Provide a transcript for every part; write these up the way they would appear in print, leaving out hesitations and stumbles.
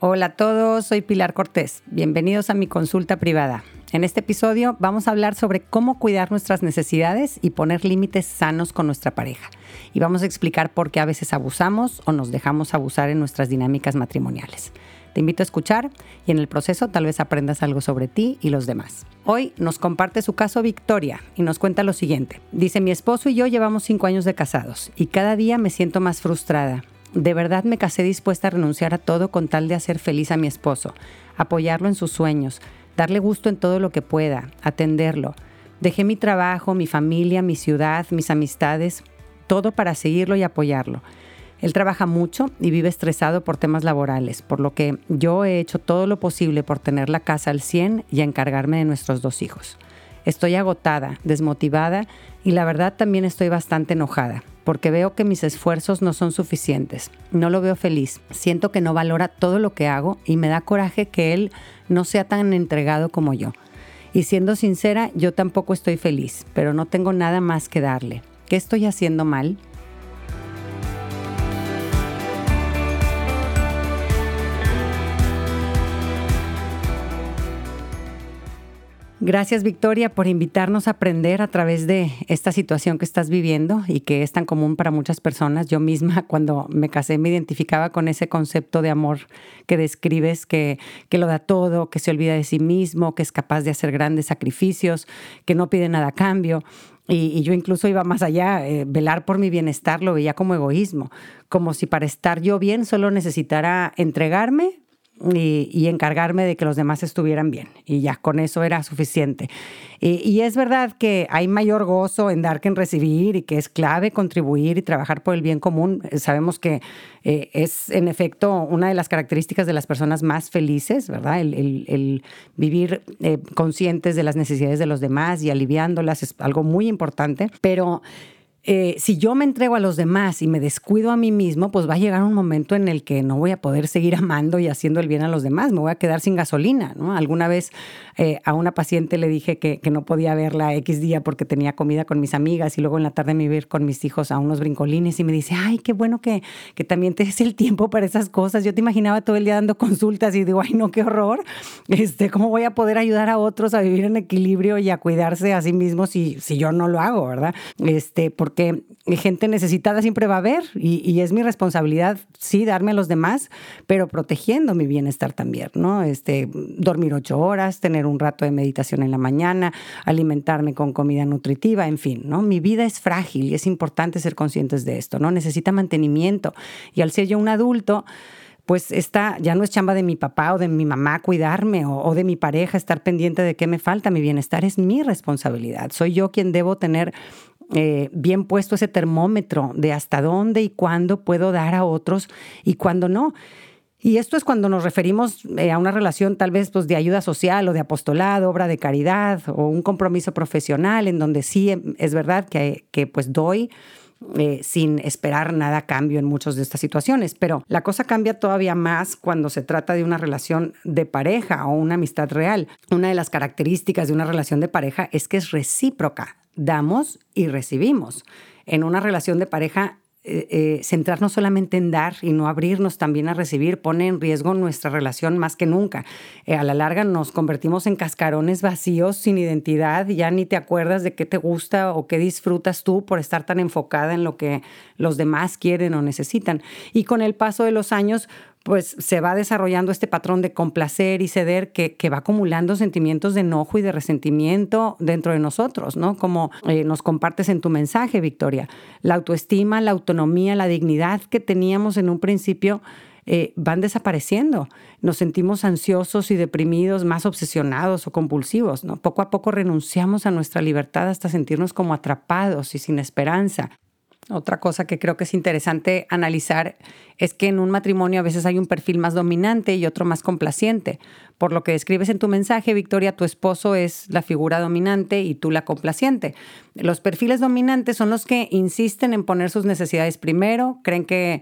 Hola a todos, soy Pilar Cortés. Bienvenidos a mi consulta privada. En este episodio vamos a hablar sobre cómo cuidar nuestras necesidades y poner límites sanos con nuestra pareja. Y vamos a explicar por qué a veces abusamos o nos dejamos abusar en nuestras dinámicas matrimoniales. Te invito a escuchar y en el proceso tal vez aprendas algo sobre ti y los demás. Hoy nos comparte su caso Victoria y nos cuenta lo siguiente. Dice, mi esposo y yo llevamos 5 años de casados y cada día me siento más frustrada. De verdad me casé dispuesta a renunciar a todo con tal de hacer feliz a mi esposo, apoyarlo en sus sueños, darle gusto en todo lo que pueda, atenderlo. Dejé mi trabajo, mi familia, mi ciudad, mis amistades, todo para seguirlo y apoyarlo. Él trabaja mucho y vive estresado por temas laborales, por lo que yo he hecho todo lo posible por tener la casa al 100 y a encargarme de nuestros 2 hijos. Estoy agotada, desmotivada y la verdad también estoy bastante enojada, porque veo que mis esfuerzos no son suficientes. No lo veo feliz. Siento que no valora todo lo que hago y me da coraje que él no sea tan entregado como yo. Y siendo sincera, yo tampoco estoy feliz, pero no tengo nada más que darle. ¿Qué estoy haciendo mal? Gracias, Victoria, por invitarnos a aprender a través de esta situación que estás viviendo y que es tan común para muchas personas. Yo misma, cuando me casé, me identificaba con ese concepto de amor que describes, que lo da todo, que se olvida de sí mismo, que es capaz de hacer grandes sacrificios, que no pide nada a cambio. Y yo incluso iba más allá, velar por mi bienestar lo veía como egoísmo, como si para estar yo bien solo necesitara entregarme y encargarme de que los demás estuvieran bien. Y ya, con eso era suficiente. Y es verdad que hay mayor gozo en dar que en recibir y que es clave contribuir y trabajar por el bien común. Sabemos que es, en efecto, una de las características de las personas más felices, ¿verdad? El vivir conscientes de las necesidades de los demás y aliviándolas es algo muy importante, pero si yo me entrego a los demás y me descuido a mí mismo, pues va a llegar un momento en el que no voy a poder seguir amando y haciendo el bien a los demás. Me voy a quedar sin gasolina, ¿no? Alguna vez a una paciente le dije que no podía verla X día porque tenía comida con mis amigas y luego en la tarde me iba a ir con mis hijos a unos brincolines y me dice, ay, qué bueno que también te des el tiempo para esas cosas. Yo te imaginaba todo el día dando consultas y digo, ay, no, qué horror. ¿Cómo voy a poder ayudar a otros a vivir en equilibrio y a cuidarse a sí mismos si yo no lo hago, ¿verdad? Porque gente necesitada siempre va a haber y es mi responsabilidad, sí, darme a los demás, pero protegiendo mi bienestar también, ¿no? Dormir 8 horas, tener un rato de meditación en la mañana, alimentarme con comida nutritiva, en fin, ¿no? Mi vida es frágil y es importante ser conscientes de esto, ¿no? Necesita mantenimiento y al ser yo un adulto, pues esta ya no es chamba de mi papá o de mi mamá cuidarme o de mi pareja estar pendiente de qué me falta. Mi bienestar es mi responsabilidad. Soy yo quien debo tener bien puesto ese termómetro de hasta dónde y cuándo puedo dar a otros y cuándo no. Y esto es cuando nos referimos a una relación tal vez pues, de ayuda social o de apostolado, obra de caridad o un compromiso profesional en donde sí es verdad que pues doy sin esperar nada a cambio en muchas de estas situaciones. Pero la cosa cambia todavía más cuando se trata de una relación de pareja o una amistad real. Una de las características de una relación de pareja es que es recíproca. Damos y recibimos. En una relación de pareja, centrarnos solamente en dar y no abrirnos también a recibir pone en riesgo nuestra relación más que nunca. A la larga nos convertimos en cascarones vacíos, sin identidad, ya ni te acuerdas de qué te gusta o qué disfrutas tú por estar tan enfocada en lo que los demás quieren o necesitan. Y con el paso de los años, pues se va desarrollando este patrón de complacer y ceder que va acumulando sentimientos de enojo y de resentimiento dentro de nosotros, ¿no? Como nos compartes en tu mensaje, Victoria. La autoestima, la autonomía, la dignidad que teníamos en un principio van desapareciendo. Nos sentimos ansiosos y deprimidos, más obsesionados o compulsivos, ¿no? Poco a poco renunciamos a nuestra libertad hasta sentirnos como atrapados y sin esperanza. Otra cosa que creo que es interesante analizar es que en un matrimonio a veces hay un perfil más dominante y otro más complaciente. Por lo que describes en tu mensaje, Victoria, tu esposo es la figura dominante y tú la complaciente. Los perfiles dominantes son los que insisten en poner sus necesidades primero, creen que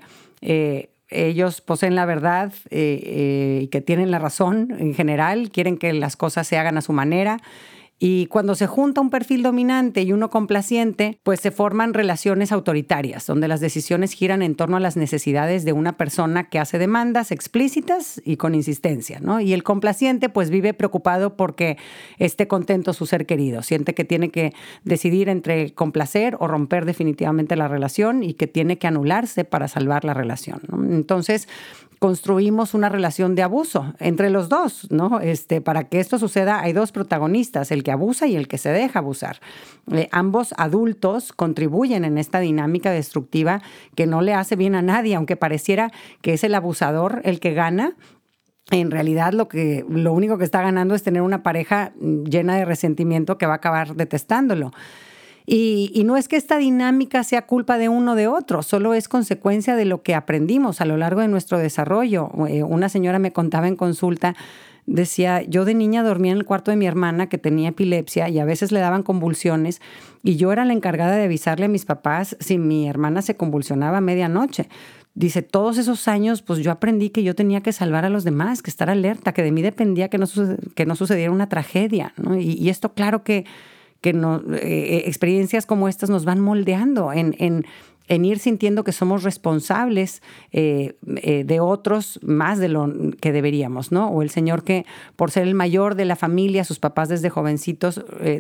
ellos poseen la verdad y que tienen la razón en general, quieren que las cosas se hagan a su manera. Y cuando se junta un perfil dominante y uno complaciente, pues se forman relaciones autoritarias, donde las decisiones giran en torno a las necesidades de una persona que hace demandas explícitas y con insistencia, ¿no? Y el complaciente pues vive preocupado porque esté contento su ser querido, siente que tiene que decidir entre complacer o romper definitivamente la relación y que tiene que anularse para salvar la relación, ¿no? Entonces, construimos una relación de abuso entre los dos, ¿no? Para que esto suceda hay dos protagonistas, el que abusa y el que se deja abusar. Ambos adultos contribuyen en esta dinámica destructiva que no le hace bien a nadie, aunque pareciera que es el abusador el que gana. En realidad lo único que está ganando es tener una pareja llena de resentimiento que va a acabar detestándolo. Y no es que esta dinámica sea culpa de uno o de otro, solo es consecuencia de lo que aprendimos a lo largo de nuestro desarrollo. Una señora me contaba en consulta, decía, yo de niña dormía en el cuarto de mi hermana que tenía epilepsia y a veces le daban convulsiones y yo era la encargada de avisarle a mis papás si mi hermana se convulsionaba a medianoche. Dice, todos esos años, pues yo aprendí que yo tenía que salvar a los demás, que estar alerta, que de mí dependía que no sucediera una tragedia, ¿no? Y esto claro que experiencias como estas nos van moldeando en ir sintiendo que somos responsables de otros más de lo que deberíamos, ¿no? O el señor que por ser el mayor de la familia, sus papás desde jovencito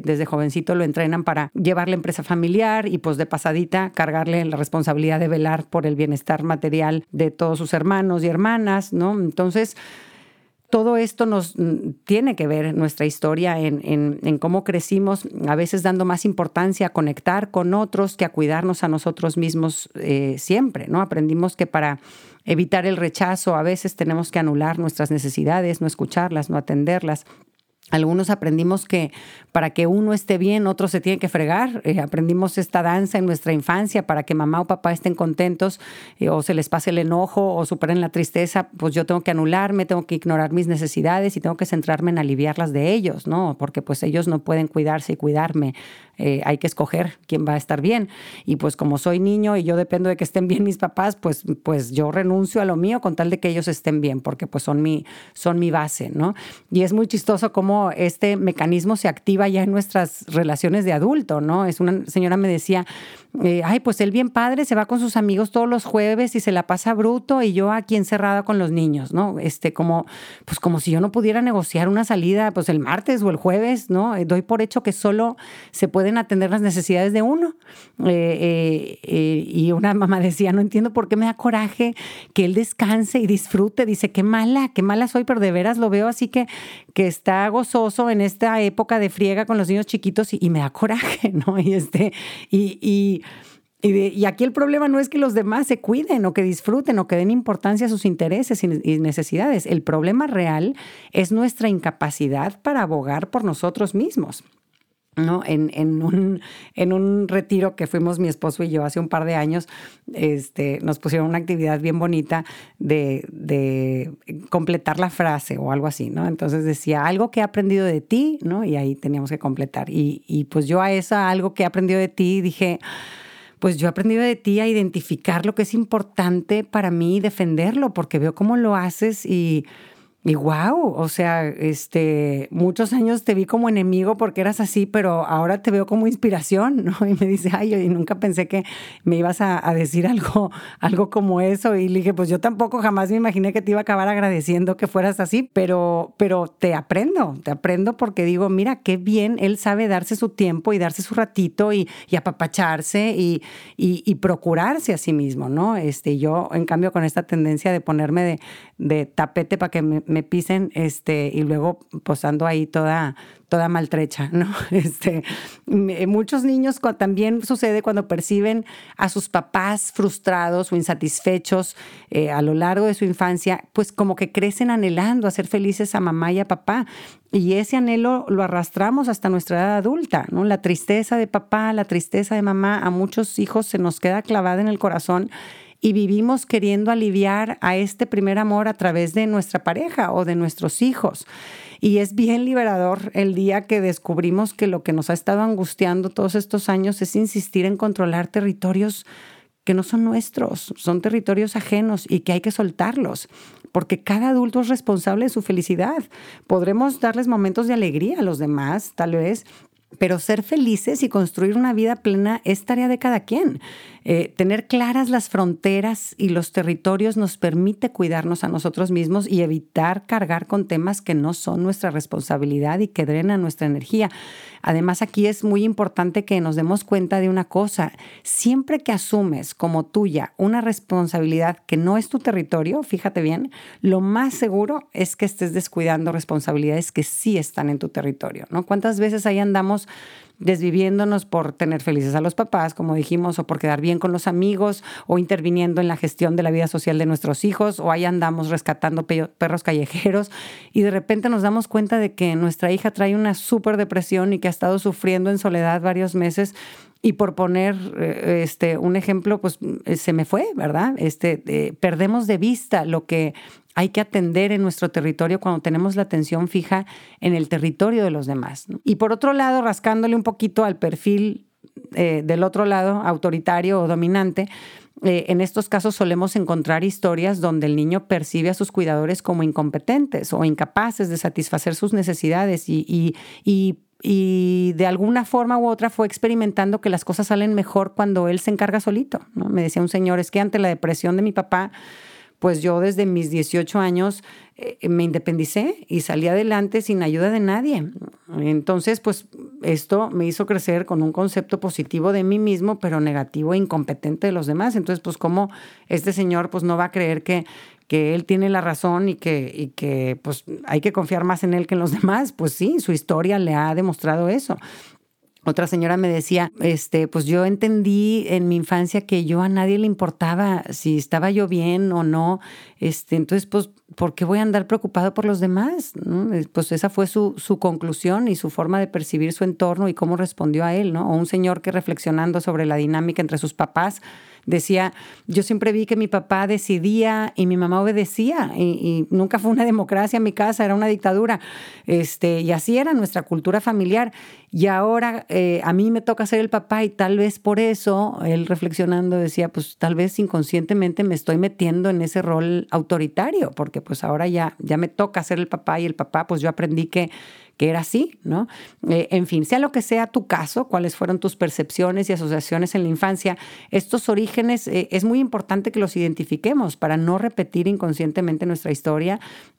lo entrenan para llevar la empresa familiar y pues de pasadita cargarle la responsabilidad de velar por el bienestar material de todos sus hermanos y hermanas, ¿no? Entonces, todo esto nos tiene que ver nuestra historia en cómo crecimos, a veces dando más importancia a conectar con otros que a cuidarnos a nosotros mismos siempre, ¿no? Aprendimos que para evitar el rechazo a veces tenemos que anular nuestras necesidades, no escucharlas, no atenderlas. Algunos aprendimos que para que uno esté bien, otro se tiene que fregar. Aprendimos esta danza en nuestra infancia para que mamá o papá estén contentos o se les pase el enojo o superen la tristeza. Pues yo tengo que anularme, tengo que ignorar mis necesidades y tengo que centrarme en aliviarlas de ellos, ¿no? Porque pues ellos no pueden cuidarse y cuidarme. Hay que escoger quién va a estar bien. Y pues como soy niño y yo dependo de que estén bien mis papás, pues yo renuncio a lo mío con tal de que ellos estén bien, porque pues son mi base, ¿no? Y es muy chistoso cómo este mecanismo se activa ya en nuestras relaciones de adulto, ¿no? Una señora me decía, pues él bien padre, se va con sus amigos todos los jueves y se la pasa bruto y yo aquí encerrada con los niños, ¿no? Como si yo no pudiera negociar una salida pues el martes o el jueves, ¿no? Doy por hecho que solo se pueden atender las necesidades de uno. Y una mamá decía, no entiendo por qué me da coraje que él descanse y disfrute. Dice, qué mala soy, pero de veras lo veo así que está gozoso en esta época de friega con los niños chiquitos y me da coraje, ¿no? Y aquí el problema no es que los demás se cuiden o que disfruten o que den importancia a sus intereses y necesidades. El problema real es nuestra incapacidad para abogar por nosotros mismos, ¿no? En un retiro que fuimos mi esposo y yo hace un par de años, nos pusieron una actividad bien bonita de completar la frase o algo así, ¿no? Entonces decía, algo que he aprendido de ti, ¿no? Y ahí teníamos que completar. Y pues yo a esa algo que he aprendido de ti dije, pues yo he aprendido de ti a identificar lo que es importante para mí y defenderlo, porque veo cómo lo haces y wow, o sea, muchos años te vi como enemigo porque eras así, pero ahora te veo como inspiración, ¿no? Y me dice, yo nunca pensé que me ibas a decir algo como eso. Y le dije, pues yo tampoco jamás me imaginé que te iba a acabar agradeciendo que fueras así, pero te aprendo porque digo, mira, qué bien, él sabe darse su tiempo y darse su ratito y apapacharse y procurarse a sí mismo, ¿no? Yo, en cambio, con esta tendencia de ponerme de tapete para que me pisen, y luego pues ando ahí toda maltrecha, ¿no? Muchos niños también sucede cuando perciben a sus papás frustrados o insatisfechos a lo largo de su infancia, pues como que crecen anhelando hacer felices a mamá y a papá. Y ese anhelo lo arrastramos hasta nuestra edad adulta, ¿no? La tristeza de papá, la tristeza de mamá, a muchos hijos se nos queda clavada en el corazón y vivimos queriendo aliviar a este primer amor a través de nuestra pareja o de nuestros hijos. Y es bien liberador el día que descubrimos que lo que nos ha estado angustiando todos estos años es insistir en controlar territorios que no son nuestros, son territorios ajenos y que hay que soltarlos, porque cada adulto es responsable de su felicidad. Podremos darles momentos de alegría a los demás, tal vez, pero ser felices y construir una vida plena es tarea de cada quien. Tener claras las fronteras y los territorios nos permite cuidarnos a nosotros mismos y evitar cargar con temas que no son nuestra responsabilidad y que drenan nuestra energía. Además, aquí es muy importante que nos demos cuenta de una cosa. Siempre que asumes como tuya una responsabilidad que no es tu territorio, fíjate bien, lo más seguro es que estés descuidando responsabilidades que sí están en tu territorio, ¿no? ¿Cuántas veces ahí andamos desviviéndonos por tener felices a los papás, como dijimos, o por quedar bien con los amigos, o interviniendo en la gestión de la vida social de nuestros hijos, o ahí andamos rescatando perros callejeros, y de repente nos damos cuenta de que nuestra hija trae una súper depresión y que ha estado sufriendo en soledad varios meses, y por poner un ejemplo, pues se me fue, ¿verdad? Perdemos de vista lo que hay que atender en nuestro territorio cuando tenemos la atención fija en el territorio de los demás, ¿no? Y por otro lado, rascándole un poquito al perfil del otro lado, autoritario o dominante, en estos casos solemos encontrar historias donde el niño percibe a sus cuidadores como incompetentes o incapaces de satisfacer sus necesidades y de alguna forma u otra fue experimentando que las cosas salen mejor cuando él se encarga solito, ¿no? Me decía un señor, es que ante la depresión de mi papá, pues yo desde mis 18 años me independicé y salí adelante sin ayuda de nadie. Entonces, pues esto me hizo crecer con un concepto positivo de mí mismo, pero negativo e incompetente de los demás. Entonces, pues cómo este señor pues no va a creer que él tiene la razón y que pues hay que confiar más en él que en los demás. Pues sí, su historia le ha demostrado eso. Otra señora me decía, pues yo entendí en mi infancia que yo a nadie le importaba si estaba yo bien o no. Entonces, pues, ¿por qué voy a andar preocupado por los demás? ¿No? Pues esa fue su conclusión y su forma de percibir su entorno y cómo respondió a él, ¿no? O un señor que reflexionando sobre la dinámica entre sus papás decía, yo siempre vi que mi papá decidía y mi mamá obedecía y nunca fue una democracia en mi casa, era una dictadura. Y así era nuestra cultura familiar. Y ahora a mí me toca ser el papá y tal vez por eso, él reflexionando decía, pues tal vez inconscientemente me estoy metiendo en ese rol autoritario, porque pues ahora ya me toca ser el papá y el papá, pues yo aprendí que era así, ¿no? En fin, sea lo que sea tu caso, cuáles fueron tus percepciones y asociaciones en la infancia, estos orígenes es muy importante que los identifiquemos para no repetir inconscientemente nuestra historia,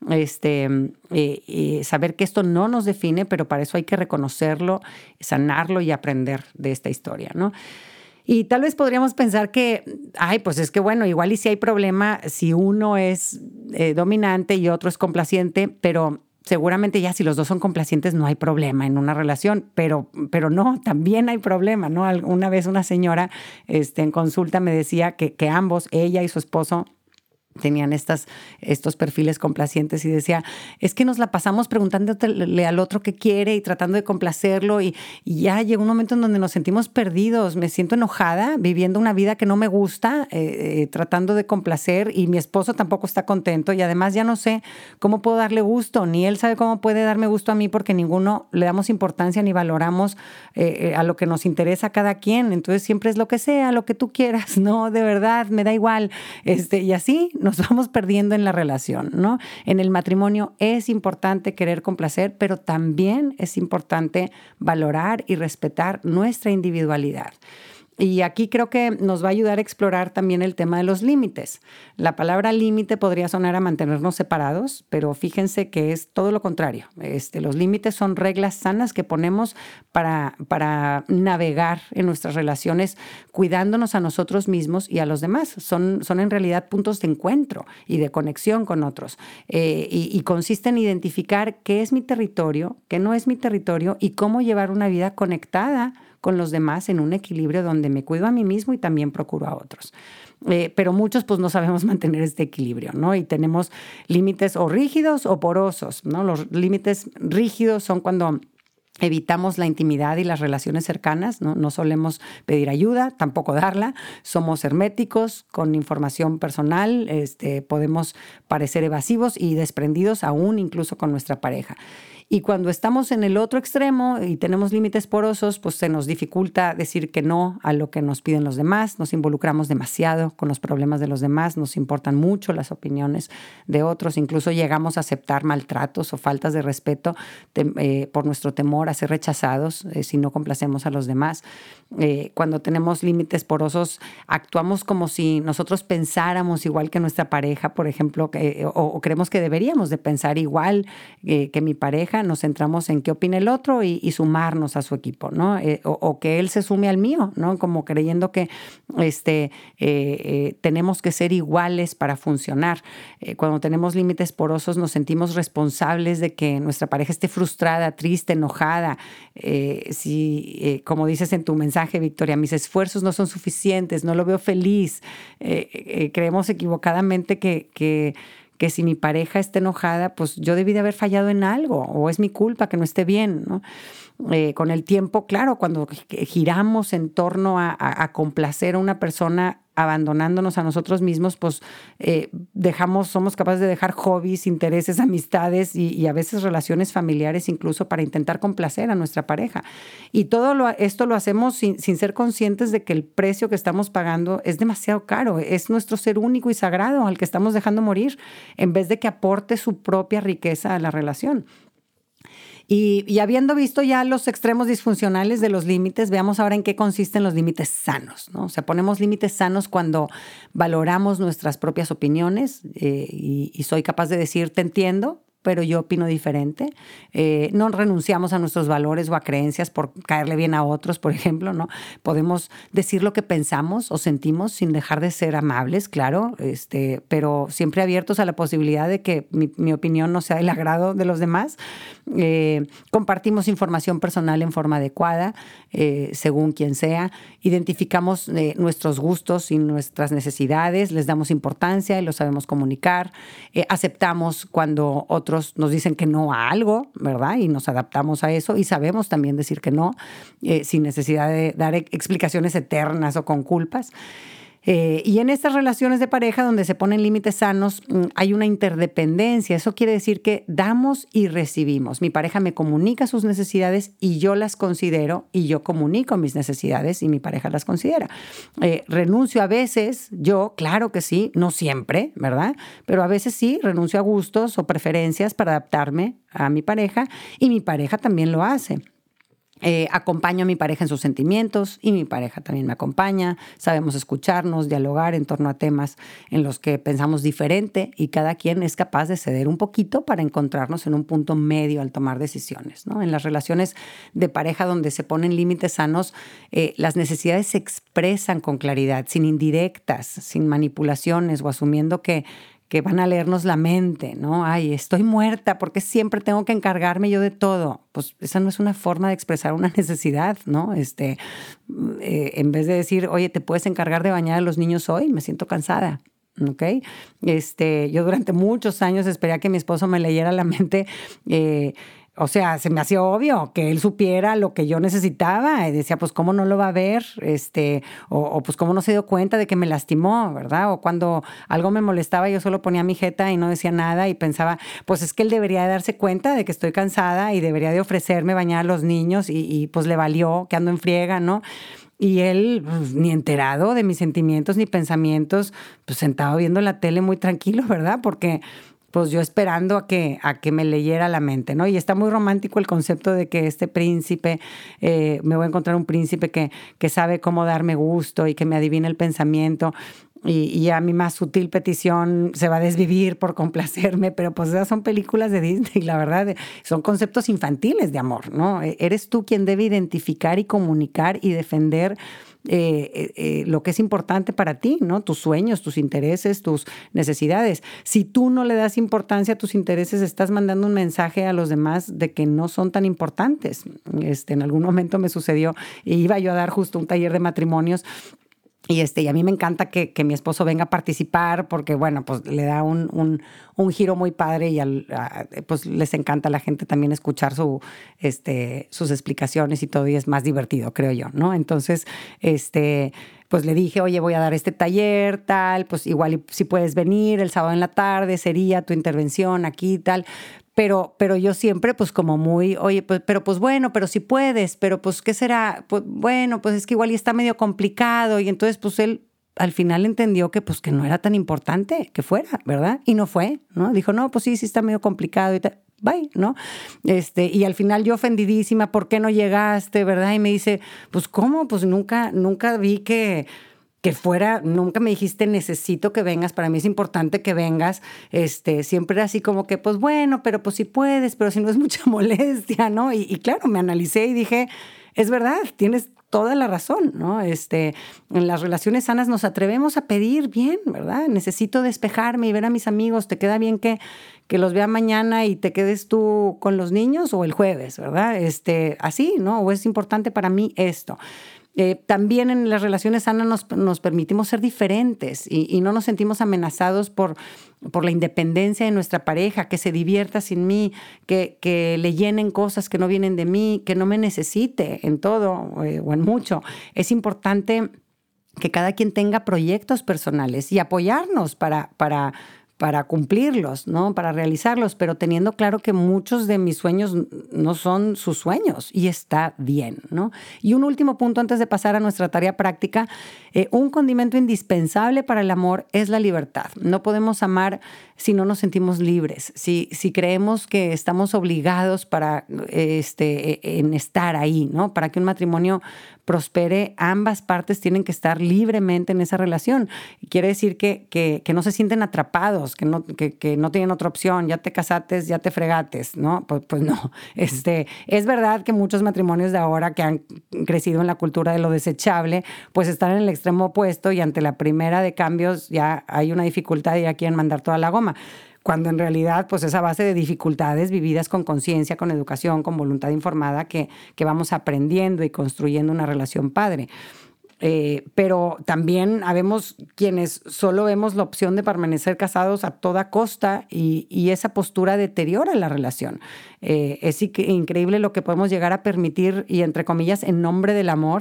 saber que esto no nos define, pero para eso hay que reconocerlo, sanarlo y aprender de esta historia, ¿no? Y tal vez podríamos pensar que, pues es que bueno, igual y si hay problema si uno es dominante y otro es complaciente, pero seguramente ya si los dos son complacientes no hay problema en una relación, pero no, también hay problema, ¿no? Una vez una señora en consulta me decía que ambos, ella y su esposo, tenían estos perfiles complacientes y decía, es que nos la pasamos preguntándole al otro qué quiere y tratando de complacerlo y ya llegó un momento en donde nos sentimos perdidos, me siento enojada viviendo una vida que no me gusta, tratando de complacer y mi esposo tampoco está contento y además ya no sé cómo puedo darle gusto, ni él sabe cómo puede darme gusto a mí porque ninguno le damos importancia ni valoramos a lo que nos interesa a cada quien, entonces siempre es lo que sea, lo que tú quieras, no, de verdad, me da igual, y así nos vamos perdiendo en la relación, ¿no? En el matrimonio es importante querer complacer, pero también es importante valorar y respetar nuestra individualidad. Y aquí creo que nos va a ayudar a explorar también el tema de los límites. La palabra límite podría sonar a mantenernos separados, pero fíjense que es todo lo contrario. Los límites son reglas sanas que ponemos para navegar en nuestras relaciones, cuidándonos a nosotros mismos y a los demás. Son en realidad puntos de encuentro y de conexión con otros. Y consiste en identificar qué es mi territorio, qué no es mi territorio y cómo llevar una vida conectada con los demás en un equilibrio donde me cuido a mí mismo y también procuro a otros. Pero muchos pues no sabemos mantener este equilibrio, ¿no? Y tenemos límites o rígidos o porosos, ¿no? Los límites rígidos son cuando evitamos la intimidad y las relaciones cercanas, ¿no? No solemos pedir ayuda, tampoco darla. Somos herméticos con información personal, podemos parecer evasivos y desprendidos aún incluso con nuestra pareja. Y cuando estamos en el otro extremo y tenemos límites porosos, pues se nos dificulta decir que no a lo que nos piden los demás, nos involucramos demasiado con los problemas de los demás, nos importan mucho las opiniones de otros, incluso llegamos a aceptar maltratos o faltas de respeto por nuestro temor a ser rechazados si no complacemos a los demás. Cuando tenemos límites porosos, actuamos como si nosotros pensáramos igual que nuestra pareja, por ejemplo, o creemos que deberíamos de pensar igual que mi pareja. Nos centramos en qué opina el otro y sumarnos a su equipo, ¿no? O que él se sume al mío, ¿no? Como creyendo que tenemos que ser iguales para funcionar. Cuando tenemos límites porosos, nos sentimos responsables de que nuestra pareja esté frustrada, triste, enojada. Como dices en tu mensaje, Victoria, mis esfuerzos no son suficientes, no lo veo feliz. Creemos equivocadamente que si mi pareja está enojada, pues yo debí de haber fallado en algo o es mi culpa que no esté bien, ¿no? Con el tiempo, claro, cuando giramos en torno a complacer a una persona abandonándonos a nosotros mismos, pues somos capaces de dejar hobbies, intereses, amistades y a veces relaciones familiares incluso para intentar complacer a nuestra pareja. Y esto lo hacemos sin ser conscientes de que el precio que estamos pagando es demasiado caro. Es nuestro ser único y sagrado al que estamos dejando morir en vez de que aporte su propia riqueza a la relación. Y habiendo visto ya los extremos disfuncionales de los límites, veamos ahora en qué consisten los límites sanos, ¿no? O sea, ponemos límites sanos cuando valoramos nuestras propias opiniones y soy capaz de decir, te entiendo, pero yo opino diferente. No renunciamos a nuestros valores o a creencias por caerle bien a otros, por ejemplo, ¿no? Podemos decir lo que pensamos o sentimos sin dejar de ser amables, claro, pero siempre abiertos a la posibilidad de que mi opinión no sea del agrado de los demás. Compartimos información personal en forma adecuada, según quien sea. Identificamos nuestros gustos y nuestras necesidades, les damos importancia y lo sabemos comunicar. Aceptamos cuando otros nos dicen que no a algo, ¿verdad? Y nos adaptamos a eso y sabemos también decir que no, sin necesidad de dar explicaciones eternas o con culpas. Y en estas relaciones de pareja donde se ponen límites sanos, hay una interdependencia. Eso quiere decir que damos y recibimos. Mi pareja me comunica sus necesidades y yo las considero, y yo comunico mis necesidades y mi pareja las considera. Renuncio a veces, yo, claro que sí, no siempre, ¿verdad? Pero a veces sí, renuncio a gustos o preferencias para adaptarme a mi pareja y mi pareja también lo hace. Acompaño a mi pareja en sus sentimientos y mi pareja también me acompaña. Sabemos escucharnos, dialogar en torno a temas en los que pensamos diferente y cada quien es capaz de ceder un poquito para encontrarnos en un punto medio al tomar decisiones, ¿no? En las relaciones de pareja donde se ponen límites sanos, las necesidades se expresan con claridad, sin indirectas, sin manipulaciones o asumiendo que van a leernos la mente, ¿no? Ay, estoy muerta porque siempre tengo que encargarme yo de todo. Pues esa no es una forma de expresar una necesidad, ¿no? En vez de decir, oye, ¿te puedes encargar de bañar a los niños hoy? Me siento cansada. ¿Ok? Yo durante muchos años esperé a que mi esposo me leyera la mente. O sea, se me hacía obvio que él supiera lo que yo necesitaba. Y decía, pues, ¿cómo no lo va a ver? O pues, ¿cómo no se dio cuenta de que me lastimó, verdad? O cuando algo me molestaba, yo solo ponía mi jeta y no decía nada y pensaba, pues, es que él debería de darse cuenta de que estoy cansada y debería de ofrecerme bañar a los niños y pues, le valió que ando en friega, ¿no? Y él, pues, ni enterado de mis sentimientos ni pensamientos, pues, sentado viendo la tele muy tranquilo, ¿verdad? Porque pues yo esperando a que me leyera la mente, ¿no? Y está muy romántico el concepto de que este príncipe, me voy a encontrar un príncipe que sabe cómo darme gusto y que me adivina el pensamiento. Y a mi más sutil petición se va a desvivir por complacerme, pero pues esas son películas de Disney, la verdad, son conceptos infantiles de amor, ¿no? Eres tú quien debe identificar y comunicar y defender lo que es importante para ti, ¿no? Tus sueños, tus intereses, tus necesidades. Si tú no le das importancia a tus intereses, estás mandando un mensaje a los demás de que no son tan importantes. En algún momento me sucedió, iba yo a dar justo un taller de matrimonios. Y a mí me encanta que mi esposo venga a participar porque, bueno, pues le da un giro muy padre y pues les encanta a la gente también escuchar sus explicaciones y todo y es más divertido, creo yo, ¿no? Entonces, pues le dije, oye, voy a dar este taller, tal, pues igual si puedes venir el sábado en la tarde, sería tu intervención aquí, tal. Pero yo siempre pues como muy, oye, pues bueno, pero si puedes, pero pues ¿qué será? Pues bueno, pues es que igual y está medio complicado. Y entonces pues él al final entendió que pues que no era tan importante que fuera, ¿verdad? Y no fue, ¿no? Dijo, no, pues sí está medio complicado y tal. Bye, ¿no? Y al final yo ofendidísima, ¿por qué no llegaste, verdad? Y me dice, pues ¿cómo? Pues nunca vi que fuera, nunca me dijiste necesito que vengas, para mí es importante que vengas, siempre era así como que pues bueno, pero pues si puedes, pero si no es mucha molestia, ¿no? Y claro, me analicé y dije, es verdad, tienes toda la razón, ¿no? En las relaciones sanas nos atrevemos a pedir bien, ¿verdad? Necesito despejarme y ver a mis amigos, ¿te queda bien que los vea mañana y te quedes tú con los niños o el jueves, ¿verdad? Así, ¿no? O es importante para mí esto. También en las relaciones sanas nos permitimos ser diferentes y no nos sentimos amenazados por la independencia de nuestra pareja, que se divierta sin mí, que le llenen cosas que no vienen de mí, que no me necesite en todo o en mucho. Es importante que cada quien tenga proyectos personales y apoyarnos para cumplirlos, ¿no? Para realizarlos, pero teniendo claro que muchos de mis sueños no son sus sueños y está bien, ¿no? Y un último punto antes de pasar a nuestra tarea práctica, un condimento indispensable para el amor es la libertad. No podemos amar si no nos sentimos libres, si creemos que estamos obligados en estar ahí, ¿no? Para que un matrimonio prospere, ambas partes tienen que estar libremente en esa relación. Quiere decir que no se sienten atrapados, que no tienen otra opción, ya te casates, ya te fregates, ¿no? Pues no. Es verdad que muchos matrimonios de ahora que han crecido en la cultura de lo desechable, pues están en el extremo opuesto y ante la primera de cambios ya hay una dificultad y ya quieren mandar toda la goma. Cuando en realidad pues es a base de dificultades vividas con conciencia, con educación, con voluntad informada que vamos aprendiendo y construyendo una relación padre. Pero también habemos quienes solo vemos la opción de permanecer casados a toda costa y esa postura deteriora la relación. Es increíble lo que podemos llegar a permitir y, entre comillas, en nombre del amor,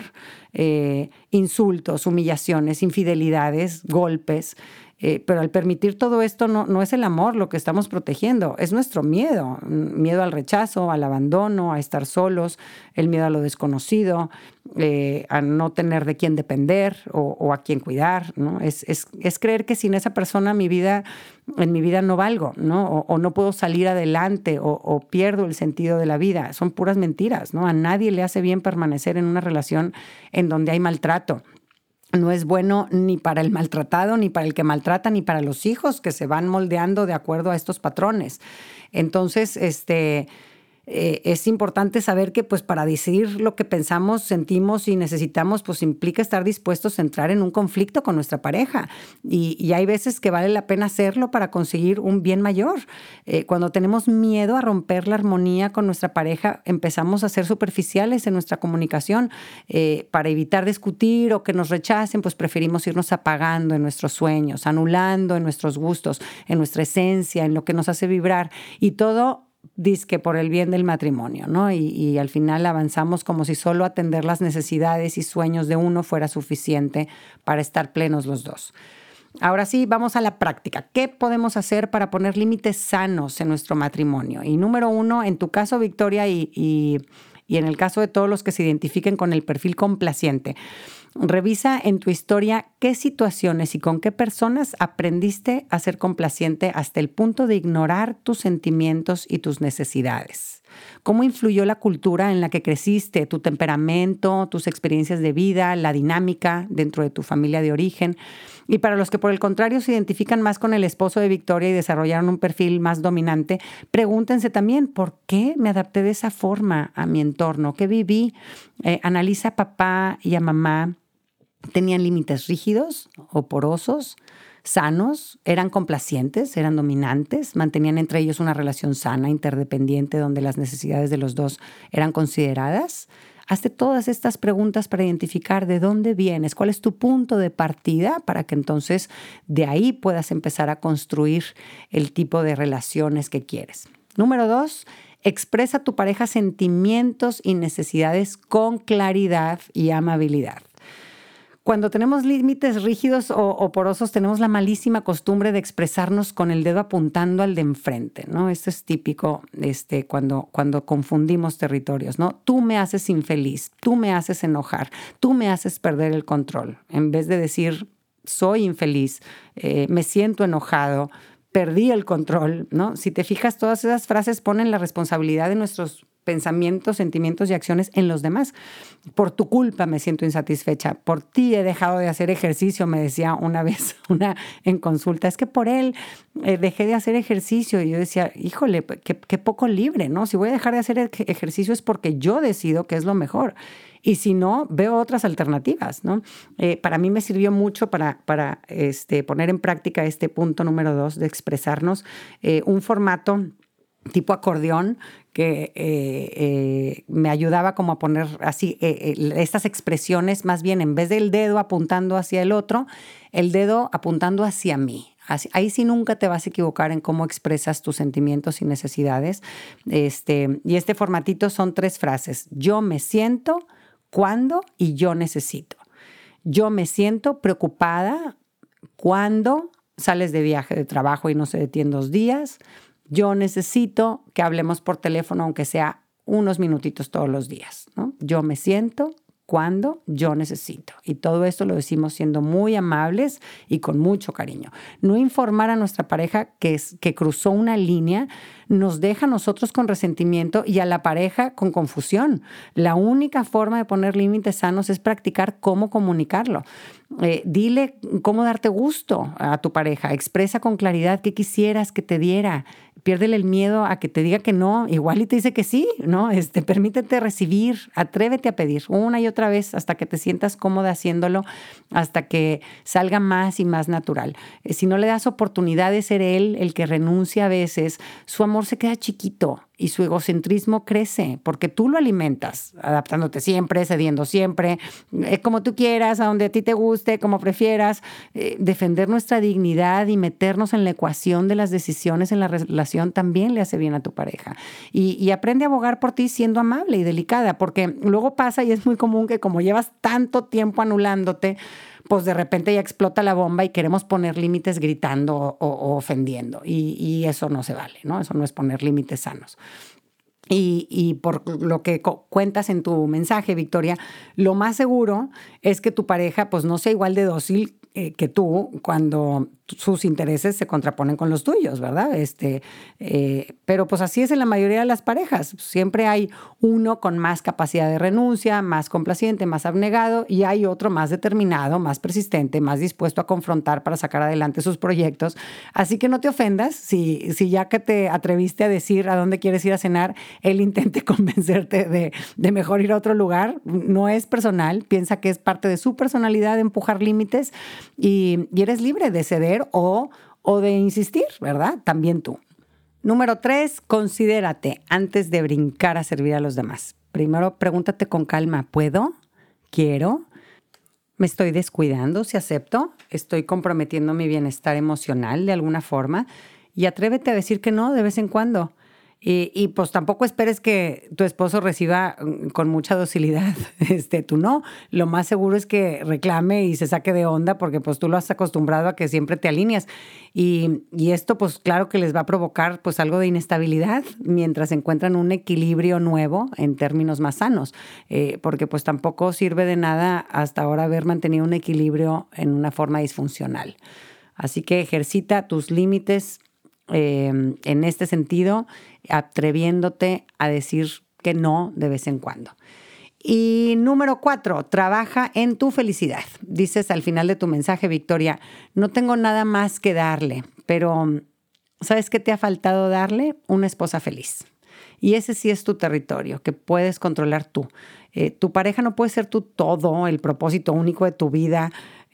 insultos, humillaciones, infidelidades, golpes. Pero al permitir todo esto no es el amor lo que estamos protegiendo, es nuestro miedo al rechazo, al abandono, a estar solos, el miedo a lo desconocido, a no tener de quién depender o a quién cuidar, ¿no? Es creer que sin esa persona en mi vida no valgo, ¿no? O no puedo salir adelante o pierdo el sentido de la vida. Son puras mentiras, ¿no? A nadie le hace bien permanecer en una relación en donde hay maltrato. No es bueno ni para el maltratado, ni para el que maltrata, ni para los hijos que se van moldeando de acuerdo a estos patrones. Entonces, es importante saber que pues para decidir lo que pensamos, sentimos y necesitamos, pues implica estar dispuestos a entrar en un conflicto con nuestra pareja. Y hay veces que vale la pena hacerlo para conseguir un bien mayor. Cuando tenemos miedo a romper la armonía con nuestra pareja, empezamos a ser superficiales en nuestra comunicación. Para evitar discutir o que nos rechacen, pues preferimos irnos apagando en nuestros sueños, anulando en nuestros gustos, en nuestra esencia, en lo que nos hace vibrar. Y todo dizque por el bien del matrimonio, ¿no? Y al final avanzamos como si solo atender las necesidades y sueños de uno fuera suficiente para estar plenos los dos. Ahora sí, vamos a la práctica. ¿Qué podemos hacer para poner límites sanos en nuestro matrimonio? Y número 1, en tu caso, Victoria, y en el caso de todos los que se identifiquen con el perfil complaciente, revisa en tu historia qué situaciones y con qué personas aprendiste a ser complaciente hasta el punto de ignorar tus sentimientos y tus necesidades. ¿Cómo influyó la cultura en la que creciste, tu temperamento, tus experiencias de vida, la dinámica dentro de tu familia de origen? Y para los que por el contrario se identifican más con el esposo de Victoria y desarrollaron un perfil más dominante, pregúntense también, ¿por qué me adapté de esa forma a mi entorno? ¿Qué viví? Analiza a papá y a mamá. ¿Tenían límites rígidos o porosos, sanos? ¿Eran complacientes? ¿Eran dominantes? ¿Mantenían entre ellos una relación sana, interdependiente, donde las necesidades de los dos eran consideradas? Hazte todas estas preguntas para identificar de dónde vienes, cuál es tu punto de partida para que entonces de ahí puedas empezar a construir el tipo de relaciones que quieres. Número 2, expresa a tu pareja sentimientos y necesidades con claridad y amabilidad. Cuando tenemos límites rígidos o porosos, tenemos la malísima costumbre de expresarnos con el dedo apuntando al de enfrente, ¿no? Esto es típico cuando confundimos territorios, ¿no? Tú me haces infeliz, tú me haces enojar, tú me haces perder el control. En vez de decir, soy infeliz, me siento enojado, perdí el control, ¿no? Si te fijas, todas esas frases ponen la responsabilidad de nuestros pensamientos, sentimientos y acciones en los demás. Por tu culpa me siento insatisfecha. Por ti he dejado de hacer ejercicio, me decía una vez una en consulta. Es que por él dejé de hacer ejercicio. Y yo decía, híjole, qué poco libre, ¿no? Si voy a dejar de hacer ejercicio es porque yo decido que es lo mejor. Y si no, veo otras alternativas, ¿no? Para mí me sirvió mucho para poner en práctica este punto número 2 de expresarnos, un formato tipo acordeón que me ayudaba como a poner así estas expresiones, más bien en vez del dedo apuntando hacia el otro, el dedo apuntando hacia mí. Ahí sí nunca te vas a equivocar en cómo expresas tus sentimientos y necesidades. Y este formatito son 3 frases. Yo me siento, cuándo y yo necesito. Yo me siento preocupada cuando sales de viaje de trabajo y no se detiene 2 días. Yo necesito que hablemos por teléfono, aunque sea unos minutitos todos los días, ¿no? Yo me siento cuando yo necesito. Y todo esto lo decimos siendo muy amables y con mucho cariño. No informar a nuestra pareja que cruzó una línea nos deja a nosotros con resentimiento y a la pareja con confusión. La única forma de poner límites sanos es practicar cómo comunicarlo. Dile cómo darte gusto a tu pareja. Expresa con claridad qué quisieras que te diera. Piérdele el miedo a que te diga que no. Igual y te dice que sí, ¿no? Permítete recibir. Atrévete a pedir una y otra vez hasta que te sientas cómoda haciéndolo, hasta que salga más y más natural. Si no le das oportunidad de ser él el que renuncia a veces, su amor se queda chiquito y su egocentrismo crece porque tú lo alimentas, adaptándote siempre, cediendo siempre, como tú quieras, a donde a ti te guste, como prefieras. Defender nuestra dignidad y meternos en la ecuación de las decisiones en la relación también le hace bien a tu pareja. Y aprende a abogar por ti siendo amable y delicada, porque luego pasa y es muy común que como llevas tanto tiempo anulándote, pues de repente ya explota la bomba y queremos poner límites gritando o ofendiendo. Y eso no se vale, ¿no? Eso no es poner límites sanos. Y por lo que cuentas en tu mensaje, Victoria, lo más seguro es que tu pareja pues no sea igual de dócil que tú cuando sus intereses se contraponen con los tuyos, ¿verdad? Pero pues así es en la mayoría de las parejas. Siempre hay uno con más capacidad de renuncia, más complaciente, más abnegado, y hay otro más determinado, más persistente, más dispuesto a confrontar para sacar adelante sus proyectos. Así que no te ofendas si ya que te atreviste a decir a dónde quieres ir a cenar, él intente convencerte de mejor ir a otro lugar. No es personal, piensa que es parte de su personalidad de empujar límites y eres libre de ceder o de insistir, ¿verdad? También tú. Número 3, considérate antes de brincar a servir a los demás. Primero, pregúntate con calma, ¿puedo? ¿Quiero? ¿Me estoy descuidando si acepto? ¿Estoy comprometiendo mi bienestar emocional de alguna forma? Y atrévete a decir que no de vez en cuando. Y pues tampoco esperes que tu esposo reciba con mucha docilidad tú no. Lo más seguro es que reclame y se saque de onda porque pues tú lo has acostumbrado a que siempre te alineas. Y esto pues claro que les va a provocar pues algo de inestabilidad mientras encuentran un equilibrio nuevo en términos más sanos. Porque pues tampoco sirve de nada hasta ahora haber mantenido un equilibrio en una forma disfuncional. Así que ejercita tus límites en este sentido, atreviéndote a decir que no de vez en cuando. Y número 4, trabaja en tu felicidad. Dices al final de tu mensaje, Victoria, no tengo nada más que darle, pero ¿sabes qué te ha faltado darle? Una esposa feliz. Y ese sí es tu territorio, que puedes controlar tú. Tu pareja no puede ser tu todo, el propósito único de tu vida.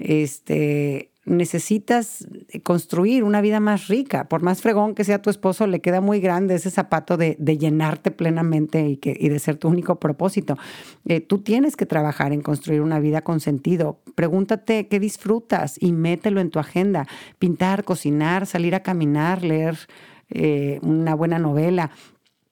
Necesitas construir una vida más rica. Por más fregón que sea tu esposo, le queda muy grande ese zapato de llenarte plenamente y de ser tu único propósito. Tú tienes que trabajar en construir una vida con sentido. Pregúntate qué disfrutas y mételo en tu agenda. Pintar, cocinar, salir a caminar, leer una buena novela.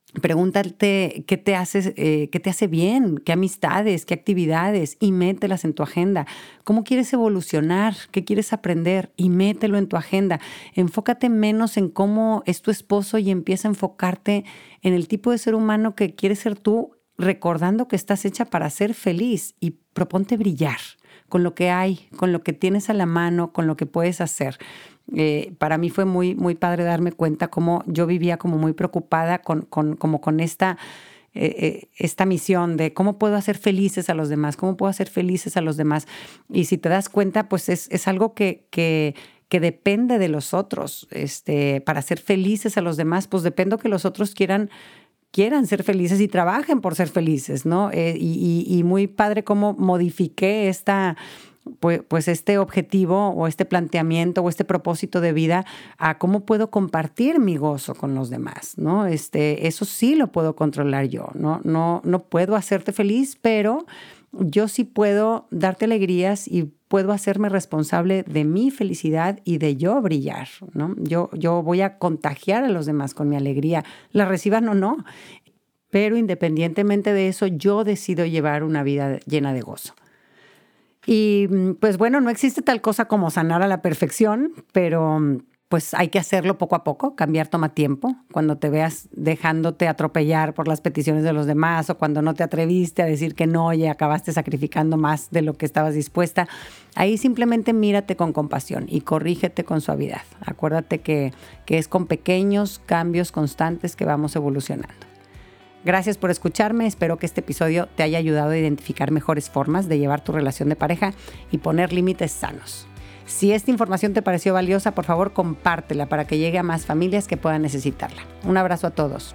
Pregúntate qué te hace bien, qué amistades, qué actividades, y mételas en tu agenda. ¿Cómo quieres evolucionar? ¿Qué quieres aprender? Y mételo en tu agenda. Enfócate menos en cómo es tu esposo y empieza a enfocarte en el tipo de ser humano que quieres ser tú, recordando que estás hecha para ser feliz, y proponte brillar con lo que hay, con lo que tienes a la mano, con lo que puedes hacer. Para mí fue muy, muy padre darme cuenta cómo yo vivía como muy preocupada con esta misión de cómo puedo hacer felices a los demás, cómo puedo hacer felices a los demás. Y si te das cuenta, pues es algo que depende de los otros. Para ser felices a los demás, pues depende que los otros quieran ser felices y trabajen por ser felices, ¿no? Y muy padre cómo modifiqué pues este objetivo o este planteamiento o este propósito de vida a cómo puedo compartir mi gozo con los demás, ¿no? Eso sí lo puedo controlar yo, ¿no? No puedo hacerte feliz, pero yo sí puedo darte alegrías y puedo hacerme responsable de mi felicidad y de yo brillar, ¿no? Yo voy a contagiar a los demás con mi alegría, la reciban o no, pero independientemente de eso, yo decido llevar una vida llena de gozo. Y pues bueno, no existe tal cosa como sanar a la perfección, pero pues hay que hacerlo poco a poco. Cambiar toma tiempo. Cuando te veas dejándote atropellar por las peticiones de los demás, o cuando no te atreviste a decir que no y acabaste sacrificando más de lo que estabas dispuesta, ahí simplemente mírate con compasión y corrígete con suavidad. Acuérdate que es con pequeños cambios constantes que vamos evolucionando. Gracias por escucharme. Espero que este episodio te haya ayudado a identificar mejores formas de llevar tu relación de pareja y poner límites sanos. Si esta información te pareció valiosa, por favor, compártela para que llegue a más familias que puedan necesitarla. Un abrazo a todos.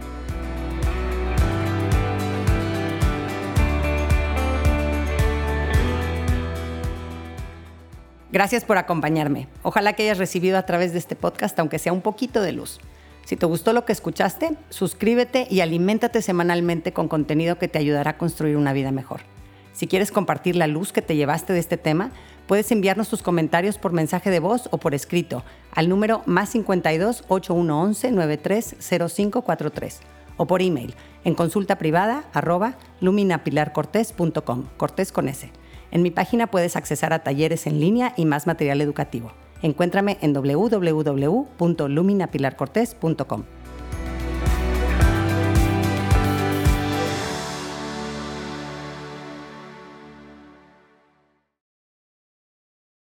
Gracias por acompañarme. Ojalá que hayas recibido a través de este podcast, aunque sea un poquito de luz. Si te gustó lo que escuchaste, suscríbete y aliméntate semanalmente con contenido que te ayudará a construir una vida mejor. Si quieres compartir la luz que te llevaste de este tema, puedes enviarnos tus comentarios por mensaje de voz o por escrito al número +52 8111 930543 o por email en consulta privada @luminapilarcortes.com, Cortés con S. En mi página puedes accesar a talleres en línea y más material educativo. Encuéntrame en www.luminapilarcortes.com.